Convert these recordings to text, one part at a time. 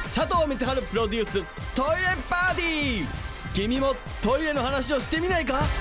佐藤光晴プロデューストイレパーティー。君もトイレの話をしてみないか。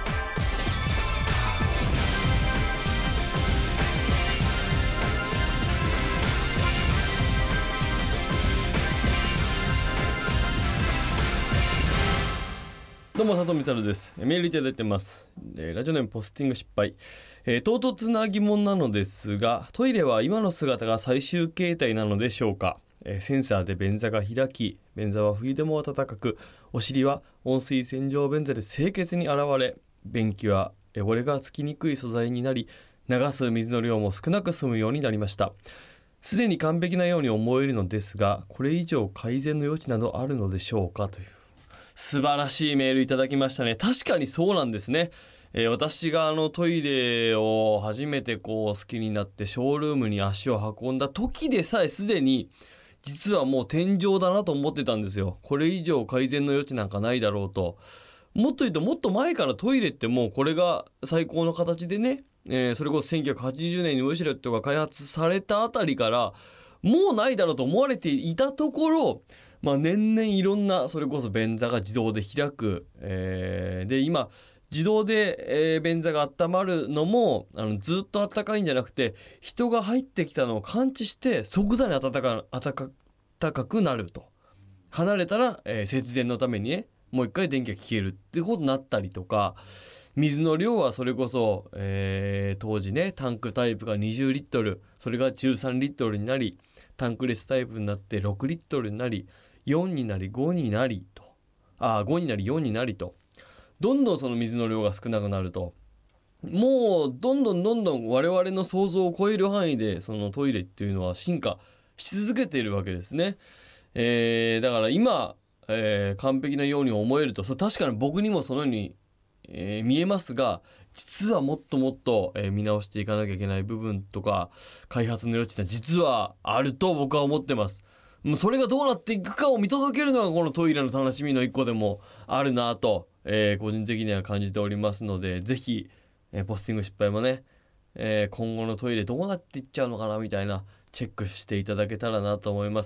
どうも佐藤光晴です。メールいただいてます。ラジオネームポスティング失敗。唐突な疑問なのですが、トイレは今の姿が最終形態なのでしょうか。センサーで便座が開き、便座は冬でも暖かく、お尻は温水洗浄便座で清潔に洗われ、便器は汚れがつきにくい素材になり、流す水の量も少なく済むようになりました。すでに完璧なように思えるのですが、これ以上改善の余地などあるのでしょうか、という素晴らしいメールいただきましたね。確かにそうなんですね。私がトイレを初めて好きになってショールームに足を運んだ時でさえすでに実はもう天井だなと思ってたんですよ。これ以上改善の余地なんかないだろうと。もっと言うともっと前からトイレってもうこれが最高の形でね、それこそ1980年にウォシュレットが開発されたあたりからもうないだろうと思われていたところ、年々いろんなそれこそ便座が自動で開く、で今自動で、便座が温まるのもずっと暖かいんじゃなくて、人が入ってきたのを感知して即座に暖かくなると。離れたら、節電のためにねもう一回電気が消えるっていうことになったりとか、水の量はそれこそ、当時ねタンクタイプが20リットル、それが13リットルになり、タンクレスタイプになって6リットルになり、4になり5になりと、5になり4になりと、どんどんその水の量が少なくなると、もうどんどん我々の想像を超える範囲でそのトイレっていうのは進化し続けているわけですね。だから今、完璧なように思えると、確かに僕にもそのように、見えますが、実はもっともっと、見直していかなきゃいけない部分とか開発の余地が実はあると僕は思ってます。それがどうなっていくかを見届けるのがこのトイレの楽しみの一個でもあるなと、個人的には感じておりますので、ぜひ、ポスティング失敗もね、今後のトイレどうなっていっちゃうのかなみたいなチェックしていただけたらなと思います。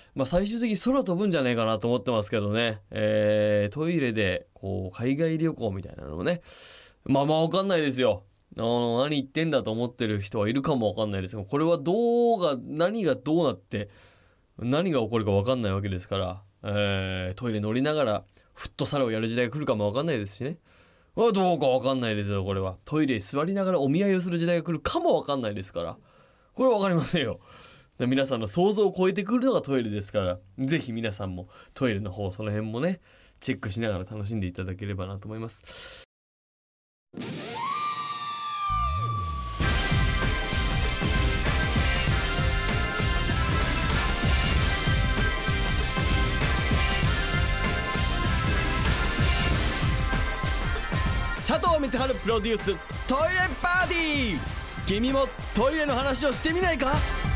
最終的に空飛ぶんじゃないかなと思ってますけどね、トイレで海外旅行みたいなのもね、分かんないですよ。何言ってんだと思ってる人はいるかも分かんないですが、これは何がどうなって何が起こるか分かんないわけですから、トイレ乗りながらフットサルをやる時代が来るかも分かんないですしね。どうか分かんないですよ。これはトイレ座りながらお見合いをする時代が来るかも分かんないですから、これは分かりませんよ。皆さんの想像を超えてくるのがトイレですから、ぜひ皆さんもトイレの方その辺もねチェックしながら楽しんでいただければなと思います。佐藤光晴プロデューストイレパーティー。君もトイレの話をしてみないか。